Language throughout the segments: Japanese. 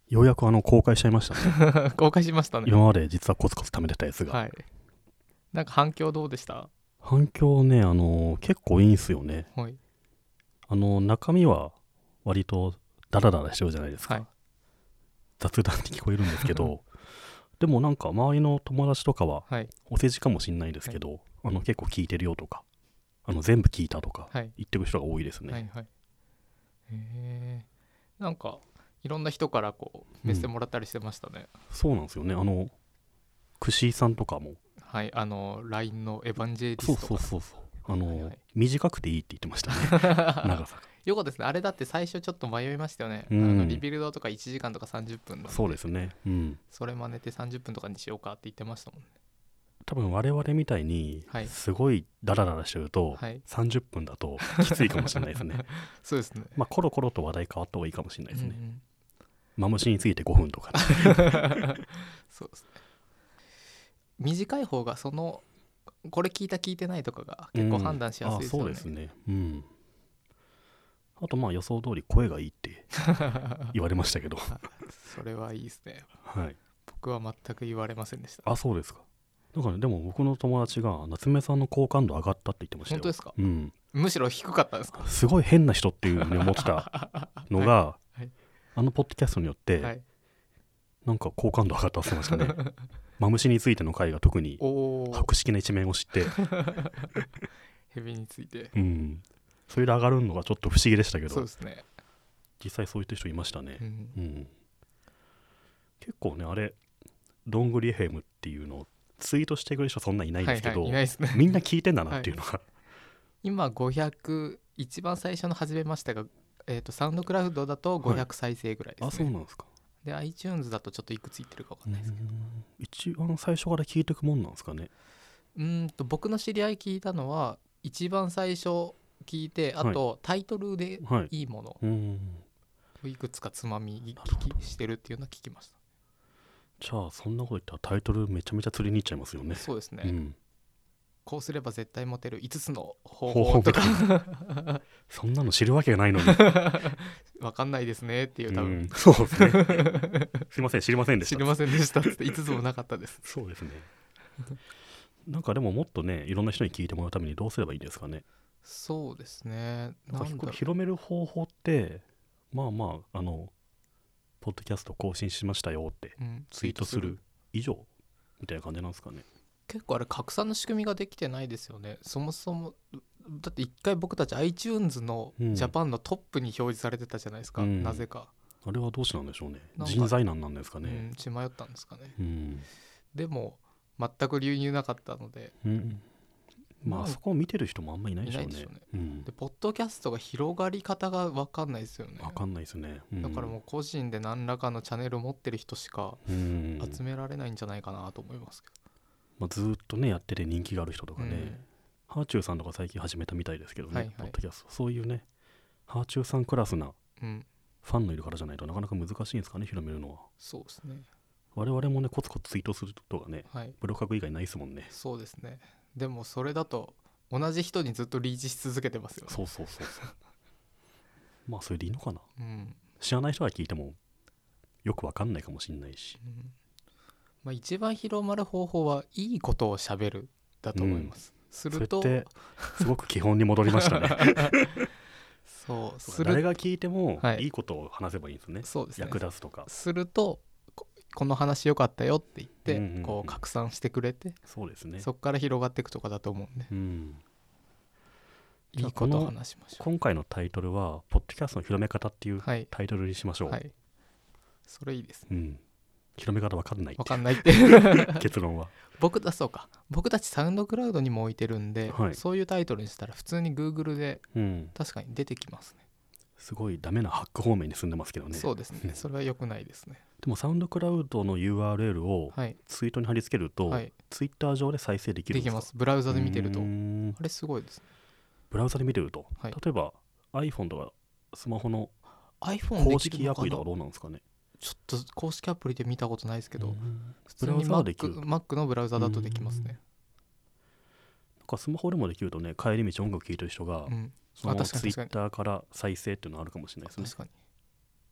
ようやく公開しちゃいましたね。 公開しましたね。 今まで実はコツコツ貯めてたやつが。 はい。なんか反響どうでした？ 反響ね、結構いいんすよね。 はい。 中身は割とダラダラしてるじゃないですか。 はい。 雑談に聞こえるんですけど、でもなんか周りの友達とかは、 はい。 お世辞かもしんないですけど、結構聞いてるよとか、全部聞いたとかはい。 言ってる人が多いですね。 はいはい。なんかいろんな人からこうメッセもらったりしてましたね。 そうなんですよね。クシーさんとかも、 はい。LINE のエヴァンジェリそうストかそうそうそう、 はいはい短くていいって言ってましたね。長さが。 よかったですね。あれだって最初ちょっと迷いましたよね。リビルドとか1時間とか30分なんで、 そうですね。 それ真似て30分とかにしようかって言ってましたもんね。 多分我々みたいにはいすごいダラダラしてると、 はい。 30分だときついかもしれないですね。 そうですね。 まあコロコロと話題変わった方がいいかもしれないですね。 うんうんマムシについて5分とか、ね、 そうですね。短い方がこれ聞いた聞いてないとかが結構判断しやすいですよね。 そうですね。あとまあ予想通り声がいいって言われましたけどそれはいいですね。 はい。 僕は全く言われませんでした。 あ、そうですか。だから、ね、でも僕の友達が夏目さんの好感度上がったって言ってましたよ。 本当ですか？ うん。 むしろ低かったんですか？ すごい変な人っていうふうに思ってたのが、 はいはい、 ポッドキャストによって、 はい、 なんか好感度上がったって言ってましたね。マムシについての回が特に博識な一面を知ってヘビについて、 それで上がるのがちょっと不思議でしたけど、 そうですね。 実際そういった人いましたね。 うん結構ね、あれどんぐり FM っていうのをツイートしてくれる人そんないないですけど、 いないですね。 みんな聞いてんだなっていうのが、 今500、一番最初の始めましたが、サウンドクラウドだと500再生ぐらいですね。 あ、そうなんですか。 で iTunes だとちょっといくついってるか分かんないですけど、 一番最初から聞いていくもんなんですかね。 僕の知り合い聞いたのは一番最初聞いて、あとタイトルでいいものをいくつかつまみ聞きしてるっていうのは聞きました。 じゃあそんなこと言ったらタイトルめちゃめちゃ釣りに行っちゃいますよね。 そうですね、こうすれば絶対モテる5つの方方法法とかそんなの知るわけがないのに分かんないですねっていう、多分そうですねすいません知りませんでした。 知りませんでしたって5つもなかったですそうですね。なんかでももっとね、いろんな人に聞いてもらうためにどうすればいいんですかね。 そうですね。 なんか広める方法って、まあまあポッドキャスト更新しましたよってツイートする以上みたいな感じなんですかね。 結構あれ拡散の仕組みができてないですよね。そもそもだって一回僕たち iTunes のジャパンのトップに表示されてたじゃないですか、なぜか。 あれはどうしてなんでしょうね。 なんか人材難なんですかね。 血迷ったんですかね。でも全く流入なかったので、 まあそこを見てる人もあんまりいないでしょうね。 でポッドキャストが広がり方が分かんないですよね。 分かんないですね。 だからもう個人で何らかのチャンネルを持ってる人しか集められないんじゃないかなと思いますけど、 ずっとねやってて人気がある人とかね、ハーチューさんとか最近始めたみたいですけどね、ポッドキャスト。そういうねハーチューさんクラスなファンのいるからじゃないとなかなか難しいんですかね、広めるのは。 そうですね。 我々もねコツコツツイートするとかね、ブログ書く以外ないですもんね。 そうですね。でもそれだと同じ人にずっとリーチし続けてますよね。 そうまあそれでいいのかな、知らない人が聞いてもよくわかんないかもしれないし、 一番広まる方法はいいことをしゃべるだと思います。するとそれってすごく基本に戻りましたねそう誰が聞いてもいいことを話せばいいんですね。 そうですね。 役立つとかするとこの話良かったよって言ってこう拡散してくれて、 そうですね、 そこから広がっていくとかだと思うんで、いいことを話しましょう。 今回のタイトルはポッドキャストの広め方っていうタイトルにしましょう。 それいいですね。 広め方分かんないって分かんないって結論は僕たちサウンドクラウドにも置いてるんで、そういうタイトルにしたら普通に Google で確かに出てきますね。 すごいダメなハック方面に進んでますけどね。 そうですねそれは良くないですね。 でもサウンドクラウドの URL をツイートに貼り付けると、ツイッター上で再生できるんですか？ できます。ブラウザで見てるとあれすごいですね。 ブラウザで見てると、例えば iPhone とかスマホの公式アプリとかどうなんですかね。 ちょっと公式アプリで見たことないですけど、普通に Mac のブラウザだとできますね。 なんかスマホでもできるとね、帰り道音楽聴いてる人が、そのツイッターから再生っていうのあるかもしれないですね。 確かに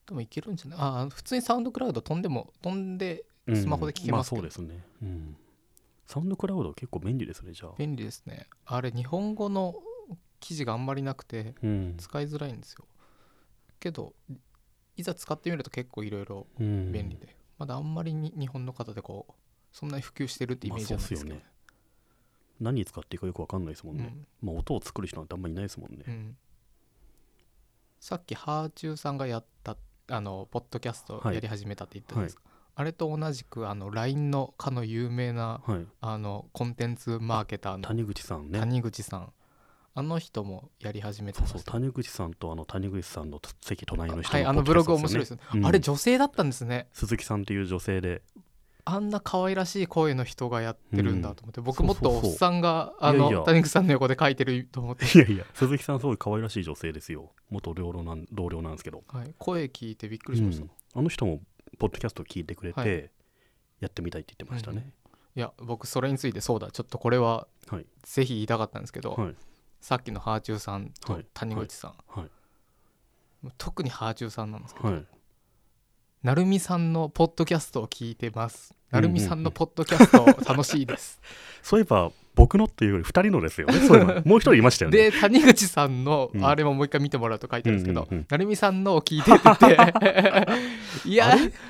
でもいけるんじゃない？普通にサウンドクラウド飛んでスマホで聞けますけど、 そうですね、サウンドクラウド結構便利ですね。じゃあ便利ですね。あれ日本語の記事があんまりなくて使いづらいんですよ、けどいざ使ってみると結構いろいろ便利で、まだあんまりに日本の方でこうそんなに普及してるってイメージじゃないですけど、 何に使っていいかよく分かんないですもんね、音を作る人なんてあんまりいないですもんね、 さっきハーチューさんがやったポッドキャストやり始めたって言ったじゃないですか、あれと同じくLINE のかの有名な、コンテンツマーケターの谷口さんね。 谷口さん、あの人もやり始めてました。 そう谷口さんと谷口さんの席隣の人の、はい、ブログ面白いですね、あれ女性だったんですね。 鈴木さんっていう女性で、 あんな可愛らしい声の人がやってるんだと思って、僕もっとおっさんが谷口さんの横で書いてると思って。 いや鈴木さんすごい可愛らしい女性ですよ。元同僚なんですけど、 声聞いてびっくりしました、 あの人もポッドキャスト聞いてくれて、やってみたいって言ってましたね、 いや僕それについてちょっとこれはぜひ言いたかったんですけど、さっきのハーチューさんと谷口さん、特にハーチューさんなんですけど、なるみさんのポッドキャストを聞いてます。なるみさんのポッドキャスト楽しいです。 そういえば僕のっていうより2人のですよね。そういえばもう一人いましたよね。 で谷口さんのあれももう一回見てもらうと書いてるんですけど、なるみさんのを聞いてていや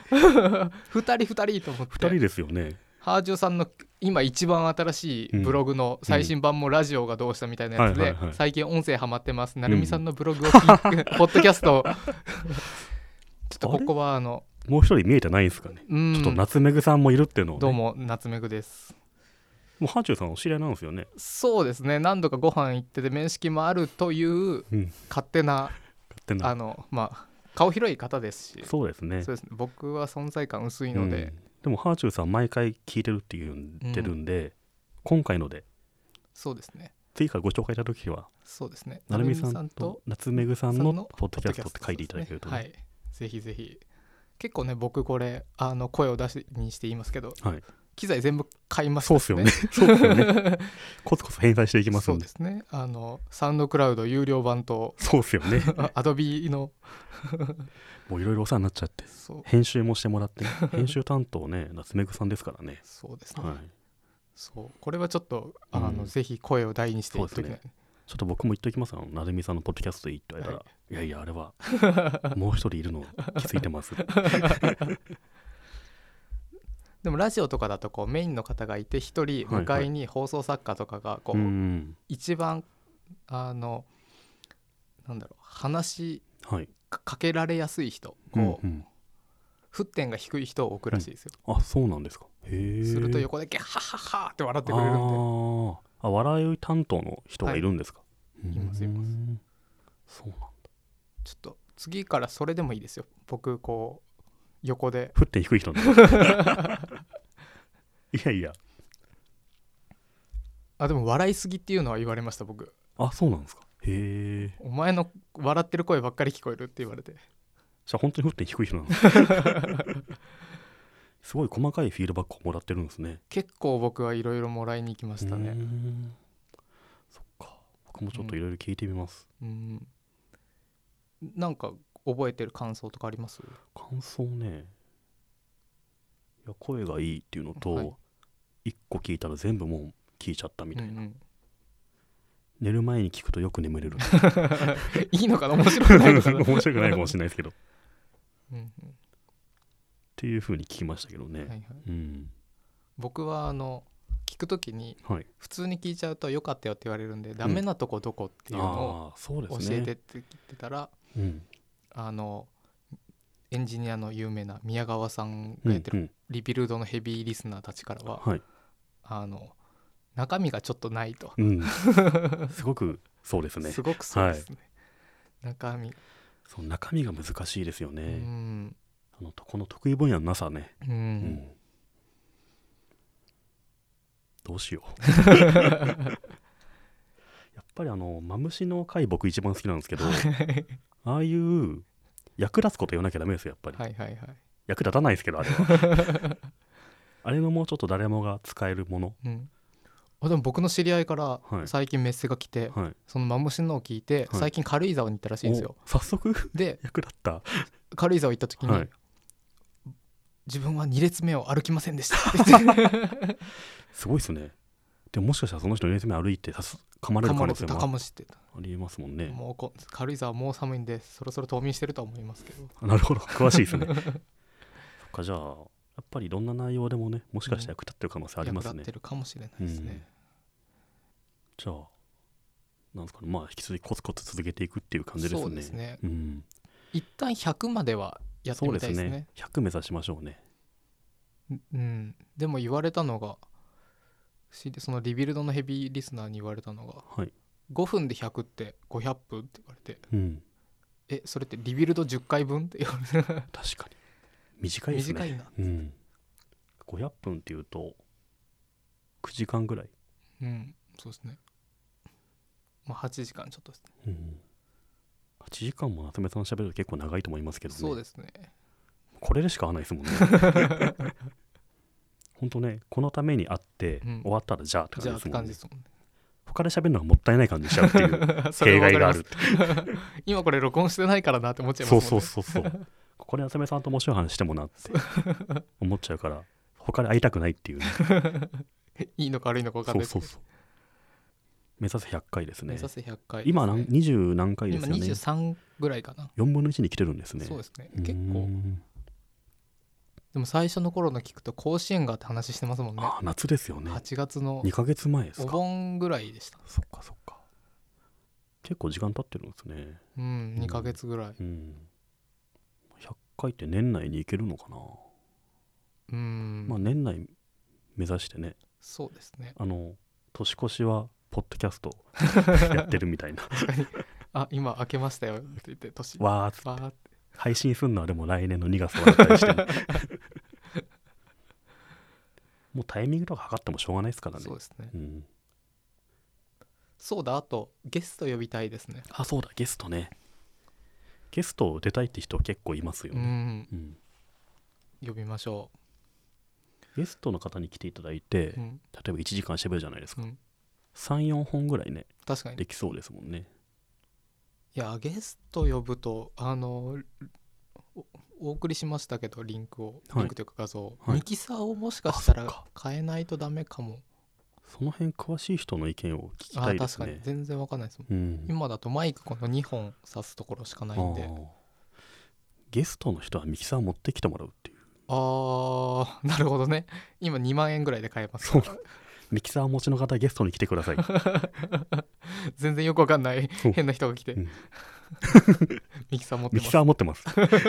2人と思って。 2人ですよね。 ハージョさんの今一番新しいブログの最新版もラジオがどうしたみたいなやつで、最近音声ハマってます。なるみさんのブログを聞いて、ポッドキャストちょっとここはもう一人見えてないんですかね。ちょっと夏目ぐさんもいるっていうのを、 どうも夏目ぐです。 もうハーチューさんお知り合いなんですよね。 そうですね、何度かご飯行ってて面識もあるという勝手な顔広い方ですし。 そうですね。 僕は存在感薄いので、 でもハーチューさん毎回聞いてるって言ってるんで、今回のでそうですね、 次からご紹介した時はそうですね、 なるみさんと夏目ぐさんのポッドキャストって書いていただけると、 はい、ぜひぜひ。結構ね僕これ声を出しにして言いますけど、機材全部買いますね。そうですよねコツコツ編纂していきますんで。 そうですね、サウンドクラウド有料版と、 そうですよねアドビのもういろいろお世話になっちゃって、編集もしてもらって、編集担当ね夏目ぐさんですからね。 そうですね、そうこれはちょっとぜひ声を大にしていってね。 ちょっと僕も言っときます。なるみさんのポッドキャストでいいって言われたら、いやいやあれはもう一人いるの気づいてますでもラジオとかだとこうメインの方がいて一人向かいに放送作家とかがこう、一番なんだろう話かけられやすい人、こう沸点が低い人を置くらしいですよ。 あ、そうなんですか。へえ。 すると横でゲッハッハッハって笑ってくれるんで。 笑い担当の人がいるんですか。 いますいます。 そうなんだ。 ちょっと次からそれでもいいですよ。僕こう横で沸点低い人なんいやいや。 でも笑いすぎっていうのは言われました僕。 あ、そうなんですか。へえ。 お前の笑ってる声ばっかり聞こえるって言われて。 じゃあ本当に沸点低い人なんですすごい細かいフィードバックをもらってるんですね。 結構僕はいろいろもらいに行きましたね。 そっか、僕もちょっといろいろ聞いてみます。 なんか覚えてる感想とかあります？ 感想ね、いや声がいいっていうのと、1個聞いたら全部もう聞いちゃったみたいな、寝る前に聞くとよく眠れるいいのかな、面白くないのかな面白くないかもしれないですけどっていう風に聞きましたけどね。 僕は聞くときに普通に聞いちゃうと良かったよって言われるんで、ダメなとこどこっていうのを教えてって言ってたら、エンジニアの有名な宮川さんがやってるリビルドのヘビーリスナーたちからは、中身がちょっとないと、 すごくそうですね。 すごくそうですね、中身が難しいですよね。この得意分野のなさね、どうしようやっぱりマムシの回僕一番好きなんですけどああいう役立つこと言わなきゃダメですよやっぱり。役立たないですけどあれはあれのもうちょっと誰もが使えるもの、 でも僕の知り合いから最近メッセが来て、そのマムシのを聞いて最近軽井沢に行ったらしいんですよ。 早速で役立った。 軽井沢行った時に、はい、自分は2列目を歩きませんでしたってすごいですね。でももしかしたらその人2列目歩いて噛まれる可能性もありえますもんね。 もう軽井沢もう寒いんでそろそろ冬眠してるとは思いますけど。 なるほど、詳しいですねそっか、じゃあやっぱりいろんな内容でもね、もしかしたら役立ってる可能性ありますね。 役立ってるかもしれないですね、 じゃあなんですかね、まあ引き続きコツコツ続けていくっていう感じですね。 そうですね、一旦100まではやってみたいですね。そうですね、 100目指しましょうね。 でも言われたのが、そのリビルドのヘビーリスナーに言われたのが、はい、5分で100って500分って言われて、それってリビルド10回分って言われて確かに短いですね。 短いな、 500分っていうと9時間ぐらい。 そうですね。まあ8時間ちょっとですね。 8時間も夏目さん喋ると結構長いと思いますけどね。 そうですね。 これでしか合わないですもんねほんとね、このために会って、終わったらじゃあって感じですもんね。他で喋るのがもったいない感じしちゃうっていう弊害があるって今これ録音してないからなって思っちゃいますもんね。 そうここで夏目さんと面白い話してもなって思っちゃうから、他で会いたくないっていうねいいのか悪いのか分かんない。 そう目指せ100回ですね。 目指せ100回、 今20何回ですよね。 今23ぐらいかな。 4分の1に来てるんですね。 そうですね、結構。でも最初の頃の聞くと甲子園がって話してますもんね。 夏ですよね。 8月の 2ヶ月前ですか。 お盆ぐらいでした。 そっか結構時間経ってるんですね。 2ヶ月ぐらい、 100回って年内に行けるのかな。まあ年内目指してね。 そうですね。 年越しはポッドキャストやってるみたいな今明けましたよって言って年わーって配信するのはでも来年の2月終わったりしてもうタイミングとか測ってもしょうがないですからね。 そうですね、そうだ、あとゲスト呼びたいですね。 そうだ、ゲストね。ゲスト出たいって人結構いますよね。 呼びましょう。ゲストの方に来ていただいて、例えば1時間しゃべるじゃないですか、3、4本ぐらいね、 確かにできそうですもんね。 いやゲスト呼ぶとお送りしましたけどリンクというか画像、ミキサーをもしかしたら変えないとダメかも。 その辺詳しい人の意見を聞きたいですね。 確かに全然わかんないですもん、今だとマイクこの2本挿すところしかないんで。 ゲストの人はミキサー持ってきてもらうっていう。 なるほどね。今2万円ぐらいで買えますから。 ミキサーをお持ちの方ゲストに来てください全然よくわかんない変な人が来て、ミキサー持ってます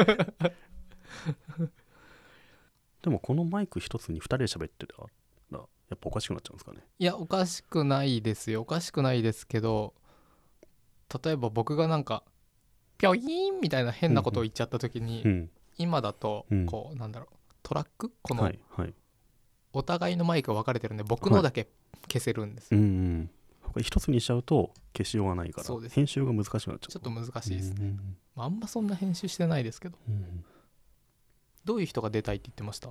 でもこのマイク一つに2人で喋ってたらやっぱおかしくなっちゃうんですかね。 いやおかしくないですよ。おかしくないですけど、例えば僕がなんかピョイーンみたいな変なことを言っちゃった時に、今だとこう、なんだろう、トラックこの、お互いのマイクが分かれてるんで僕のだけ消せるんです、 一つにしちゃうと消しようがないから編集が難しくなっちゃう。 ちょっと難しいですね。あんまそんな編集してないですけど、どういう人が出たいって言ってました？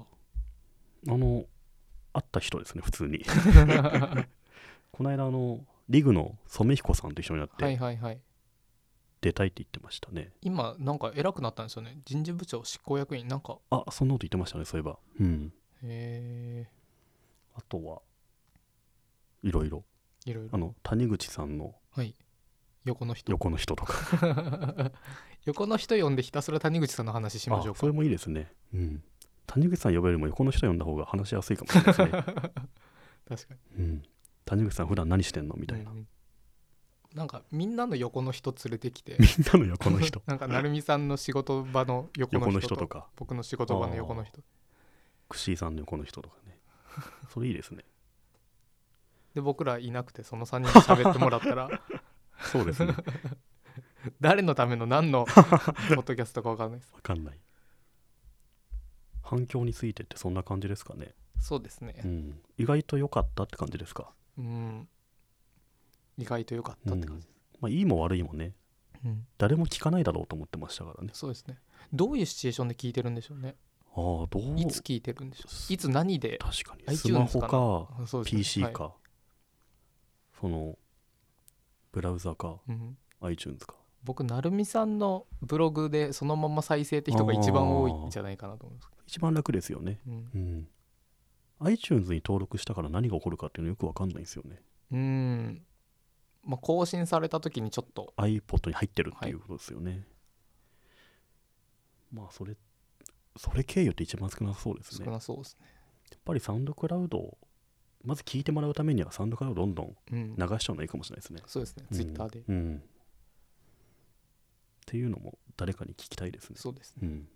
会った人ですね、普通にこの間リグの染彦さんと一緒になって出たいって言ってましたね。 今なんか偉くなったんですよね。人事部長執行役員なんかそんなこと言ってましたね、そういえば。あとはいろいろ谷口さんの横の人とか横の人呼んでひたすら谷口さんの話しましょうか。 それもいいですね。谷口さん呼べるよりも横の人呼んだ方が話しやすいかもしれないですね確かに、谷口さん普段何してんのみたいな、 なんかみんなの横の人連れてきてみんなの横の人なんか成美さんの仕事場の横の人とか僕の仕事場の横の人、 クシーさんの横の人とかねそれいいですね。 で僕らいなくてその3人で喋ってもらったらそうですね誰のための何のポッドキャストか分かんないです。 分かんない。反響についてってそんな感じですかね。 そうですね、 意外と良かったって感じですか。 意外と良かったって感じ、 いいも悪いもね、誰も聞かないだろうと思ってましたからね。 そうですね。どういうシチュエーションで聞いてるんでしょうね。いつ聞いてるんでしょう。いつ何で。 確かにスマホか PC か、そのブラウザか、iTunes か僕成美さんのブログでそのまま再生って人が一番多いんじゃないかなと思います。 一番楽ですよね。iTunes に登録したから何が起こるかっていうのよく分かんないんですよね。 まあ、更新された時にちょっと iPod に入ってるっていうことですよね。まあそれ経由って一番少なそうですね。 少なそうですね。 やっぱりサウンドクラウドをまず聞いてもらうためにはサウンドクラウドどんどん流しちゃうのがいいかもしれないですね。 そうですね、Twitter で、 っていうのも誰かに聞きたいですね。 そうですね、